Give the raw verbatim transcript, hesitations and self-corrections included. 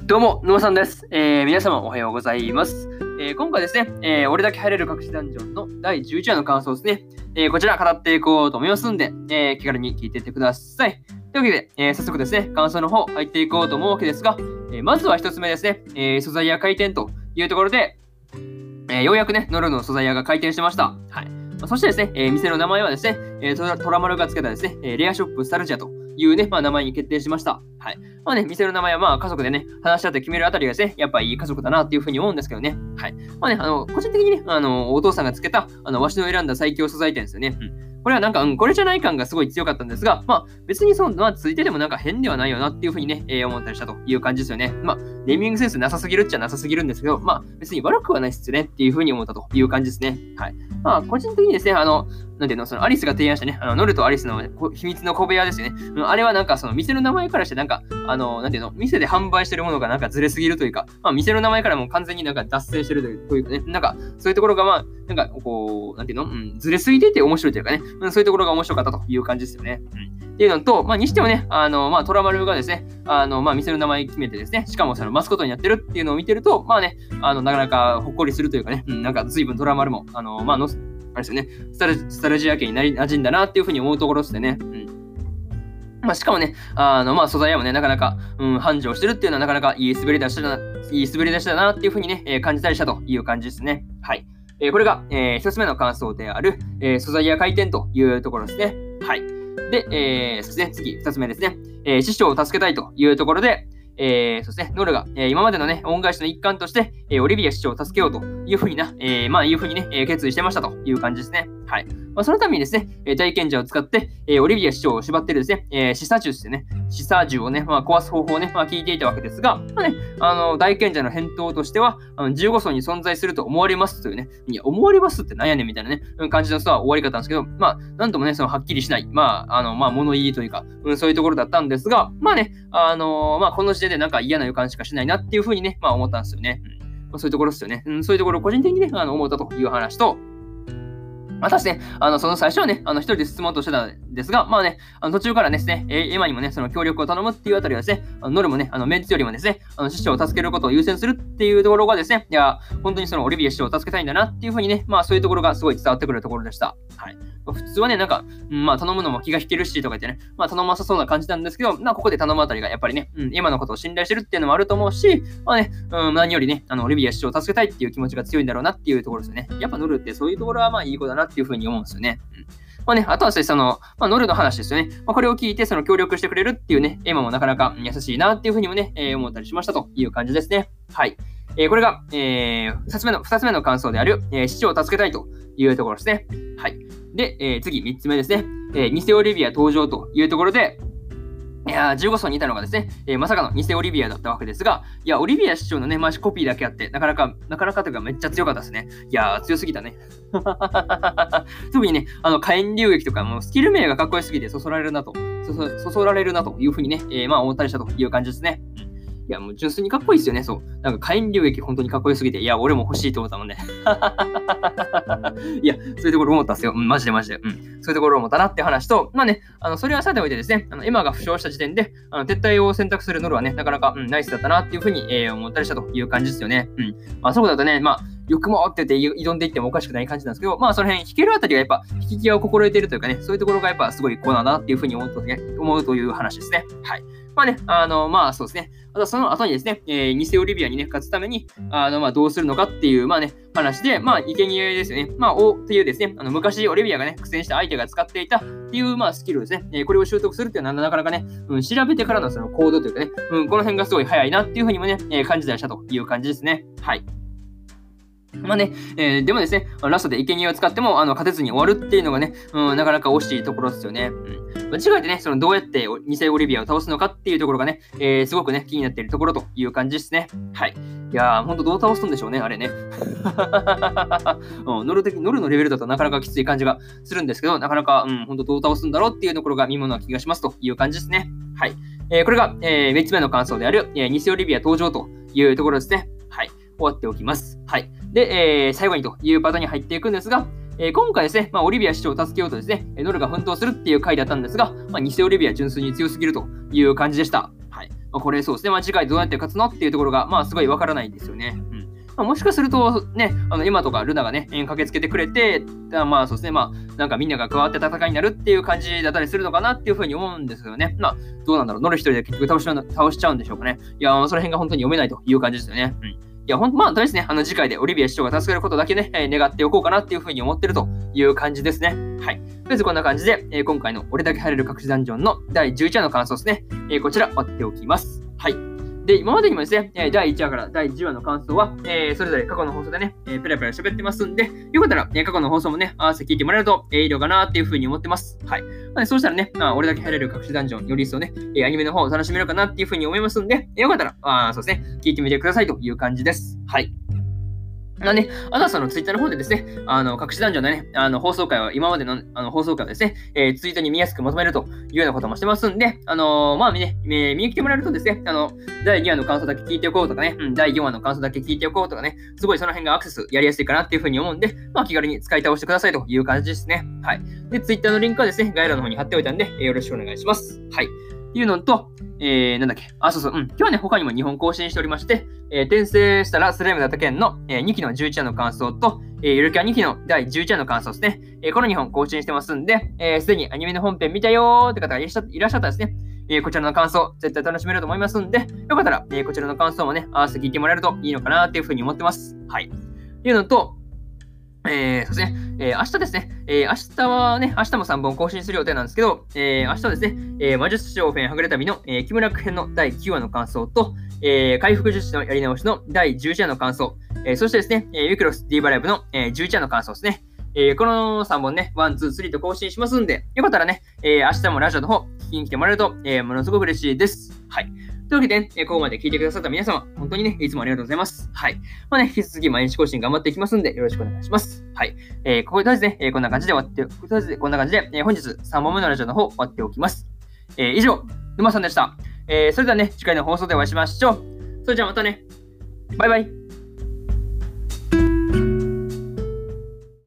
どうも、沼さんです。えー、皆様おはようございます。えー、今回ですね、えー、俺だけ入れる隠しダンジョンのだいじゅういちわの感想ですね。えー、こちら語っていこうと思いますんで、えー、気軽に聞いていってください。というわけで、えー、早速ですね、感想の方入っていこうと思うわけですが、えー、まずは一つ目ですね、えー、素材屋開店というところで、えー、ようやくね、ノルの素材屋が開店してました。はい。まあ、そしてですね、えー、店の名前はですね、えー、トラ、トラマルが付けたですね、えー、レアショップスタルジアというね、まあ、名前に決定しました。はい。まあね、店の名前はまあ家族でね、話し合って決めるあたりがですね、やっぱいい家族だなっていうふうに思うんですけどね。はい。まあね、あの、個人的にね、あの、お父さんが付けた、あの、わしの選んだ最強素材店ですよね。うん。これはなんか、うん、これじゃない感がすごい強かったんですが、まあ別にその、まあついててもなんか変ではないよなっていうふうにね、えー、思ったりしたという感じですよね。まあ、ネーミングセンスなさすぎるっちゃなさすぎるんですけど、まあ別に悪くはないっすよねっていうふうに思ったという感じですね。はい。まあ個人的にですね、あの、なんていうの、そのアリスが提案したね、あのノルとアリスの秘密の小部屋ですよね。うん、あれはなんかその店の名前からしてなんか、あの、なんていうの、店で販売してるものがなんかずれすぎるというか、まあ店の名前からも完全になんか脱線してるというかね、なんかそういうところがまあ、なんかこう、なんていうの、うん、ずれすぎてて面白いというかね、うん、そういうところが面白かったという感じですよね。うん。っていうのと、まあ、にしてもね、あの、まあ、トラマルがですね、あの、まあ、店の名前決めてですね、しかもそのマスコットになってるっていうのを見てると、まあね、あの、なかなかほっこりするというかね、うん、なんか随分トラマルも、あの、まあ、の、あれですよね、スタル、スタルジア家になり馴染んだなっていうふうに思うところですね。うん。まあ、しかもね、あの、まあ、素材屋もね、なかなか、うん、繁盛してるっていうのはなかなかいい滑り出しだな、いい滑り出しだなっていうふうにね、えー、感じたりしたという感じですね。はい。えー、これが、えー、一つ目の感想である、えー、素材屋開店というところですね。はい。で、えー、そうですね、次、二つ目ですね。えー、師匠を助けたいというところで、えー、そうですね、ノルが、えー、今までのね、恩返しの一環として、えー、オリビア師匠を助けようというふうにな、えー、まあ、いうふうにね、えー、決意してましたという感じですね。はい。まあ、そのためにですね、えー、大賢者を使って、えー、オリビア師匠を縛ってるですね、えー、シサ銃ですね、シサ銃をね、まあ、壊す方法をね、まあ、聞いていたわけですが、まあね、あの、大賢者の返答としては、あのじゅうご層に存在すると思われますというね、いや、思われますってなんやねんみたいなね、うん、感じのさ、終わり方なんですけど、まあ、なんともね、その、はっきりしない、まあ、あの、まあ、物言いというか、うん、そういうところだったんですが、まあね、あのー、まあ、この時点でなんか嫌な予感しかしないなっていうふうにね、まあ、思ったんですよね。うん、まあ、そういうところですよね。うん、そういうところを個人的にね、あの、思ったという話と、またですね、あの、その最初はね、あの、一人で進もうとしてたんですが、まあね、あの途中からですね、エマにもね、その協力を頼むっていうあたりはですね、あのノルもね、あの、メンツよりもですね、あの、師匠を助けることを優先するっていうところがですね、いや、本当にそのオリビア師匠を助けたいんだなっていうふうにね、まあそういうところがすごい伝わってくるところでした。はい。普通はね、なんか、うん、まあ頼むのも気が引けるしとか言ってね、まあ頼まさそうな感じなんですけど、まあここで頼むあたりがやっぱりね、うん、今のことを信頼してるっていうのもあると思うし、まあね、うん、何よりね、あの、オリビア師匠を助けたいっていう気持ちが強いんだろうなっていうところですよね。やっぱノルってそういうところはまあいい子だなっていうふうに思うんですよね。うん。まあね、あとはですね、その、まあ、ノルの話ですよね。まあ、これを聞いて、その協力してくれるっていうね、エマもなかなか優しいなっていうふうにもね、えー、思ったりしましたという感じですね。はい。えー、これが、えー、二つ目の、二つ目の感想である、えー、師匠を助けたいというところですね。はい。で、えー、次、三つ目ですね。えー、偽オリビア登場というところで、いやー、じゅうご層にいたのがですね、えー、まさかの偽オリビアだったわけですが、いや、オリビア師匠のね、まあ、コピーだけあって、なかなか、なかなかというかめっちゃ強かったですね。いやー、強すぎたね。特にね、あの、火炎流撃とか、もうスキル名がかっこよすぎて、そそられるなと、そそ、そそられるなというふうにね、えー、まあ、思ったりしたという感じですね。うん。いや、もう純粋にかっこいいですよね、そう。なんか火炎流撃本当にかっこよすぎて、いや、俺も欲しいと思ったもんね。いや、そういうところ思ったんですよ。うん、マジでマジで。うん。そういうところを思ったなって話と、まあね、あの、それはさておいてですね、あの、エマが負傷した時点で、あの、撤退を選択するノルはね、なかなか、うん、ナイスだったなっていうふうに、えー、思ったりしたという感じですよね。うん。まあ、そうだとね、まあ、よくもって言って挑んでいってもおかしくない感じなんですけど、まあその辺弾けるあたりがやっぱ弾き際を心得ているというかね、そういうところがやっぱすごい子だなっていうふうに思うと、ね、思うという話ですね。はい。まあね、あの、まあそうですね。あとはその後にですね、えー、偽オリビアにね、勝つために、あの、まあどうするのかっていう、まあね、話で、まあ、生贄ですよね。まあ、お、っていうですね、あの、昔オリビアがね、苦戦した相手が使っていたっていう、まあ、スキルですね。えー、これを習得するっていうのはなかなかね、うん、調べてからのその行動というかね、うん、この辺がすごい早いなっていうふうにもね、えー、感じたりしたという感じですね。はい。まあね、えー、でもですね、ラストで生贄を使ってもあの勝てずに終わるっていうのがね、うん、なかなか惜しいところですよね。うん、間違えてね、そのどうやって偽オリビアを倒すのかっていうところがね、えー、すごくね、気になっているところという感じですね。はい。いやー、ほんとどう倒すんでしょうね、あれね。うん、ノル的、ノルのレベルだとなかなかきつい感じがするんですけど、なかなか、うん、ほんとどう倒すんだろうっていうところが見ものな気がしますという感じですね。はい。えー、これが、えー、みっつめの感想である、えー、偽オリビア登場というところですね。はい。終わっておきます。はい。で、えー、最後にというパターンに入っていくんですが、えー、今回ですね、まあ、オリビア市長を助けようとですね、ノルが奮闘するっていう回だったんですが、まあ、偽オリビア純粋に強すぎるという感じでした。はい。 まあ、これそうですね、まあ、次回どうやって勝つのっていうところが、まあ、すごいわからないんですよね。うんまあ、もしかすると、ね、あの今とかルナがね、駆けつけてくれて、まあそうですね、まあなんかみんなが加わって戦いになるっていう感じだったりするのかなっていうふうに思うんですよね。まあどうなんだろう、ノル一人で結局倒しちゃう倒しちゃうんでしょうかね。いや、その辺が本当に読めないという感じですよね。うん。いや、ほんと、まあ、とりあえずね、あの次回でオリビア市長が助かることだけね、えー願っておこうかなっていうふうに思ってるという感じですね。はい。とりあえずこんな感じで、えー今回の俺だけ入れる隠しダンジョンのだいじゅういちわの感想ですね。えーこちら、終わっておきます。はい。で、今までにもですね、だいいちわからだいじゅうわの感想は、えー、それぞれ過去の放送でね、えー、ペラペラ喋ってますんで、よかったら、ね、過去の放送もね、合わせて聞いてもらえると、えー、いいのかなっていうふうに思ってます。はい。まあ、そうしたらね、まあ、俺だけ入れる隠しダンジョン、より一層ね、えー、アニメの方を楽しめるかなっていうふうに思いますんで、えー、よかったら、あそうですね、聞いてみてくださいという感じです。はい。なね、あとはそのツイッターの方でですね、あの、隠しダンジョンのね、あの、放送回は、今までのあの放送回をですね、えー、ツイートに見やすくまとめるというようなこともしてますんで、あのー、まあ、ね、見に来てもらえるとですね、あの、だいにわの感想だけ聞いておこうとかね、うん、だいよんわの感想だけ聞いておこうとかね、すごいその辺がアクセスやりやすいかなっていうふうに思うんで、まあ、気軽に使い倒してくださいという感じですね。はい。で、ツイッターのリンクはですね、概要欄の方に貼っておいたんで、えー、よろしくお願いします。はい。っていうのと、えー、なんだっけ、あ、そうそう、うん、今日はね、他にもにほん更新しておりまして、えー、転生したらスライムだった件の、えー、にきのじゅういちわの感想と、えー、ゆるキャンにきのだいじゅういちわの感想ですね。えー、このにほん更新してますんで、えー、すでにアニメの本編見たよーって方がいらっしゃいらっしゃったらですね、えー、こちらの感想、絶対楽しめると思いますんで、よかったら、えー、こちらの感想もね、合わせて聞いてもらえるといいのかなっていうふうに思ってます。はい。っていうのと、えー、そうですね、えー、明日ですね、えー、明日はね、明日もさんぼん更新する予定なんですけど、えー、明日はですね、えー、魔術師オフェンはぐれ旅の、えー、木村編のだいきゅうわの感想と、えー、回復術師のやり直しのだいじゅういちわの感想、えー、そしてですね、えー、ウィクロス D バライブの、えー、じゅういちわの感想ですね。えー、このさんぼんね、ワン、ツー、スリーと更新しますんで、よかったらね、えー、明日もラジオの方、聞きに来てもらえると、えー、ものすごく嬉しいです。はい。というわけで、ね、ここまで聞いてくださった皆様、本当にね、いつもありがとうございます。はい。まあね、引き続き毎日更新頑張っていきますんで、よろしくお願いします。はい。えー、ここでとりあえずね、えー、こんな感じで終わって、とりあえずこんな感じで、えー、本日さんぼんめのラジオの方終わっておきます。えー、以上、沼さんでした。えー、それではね、次回の放送でお会いしましょう。それじゃあまたね。バイバイ。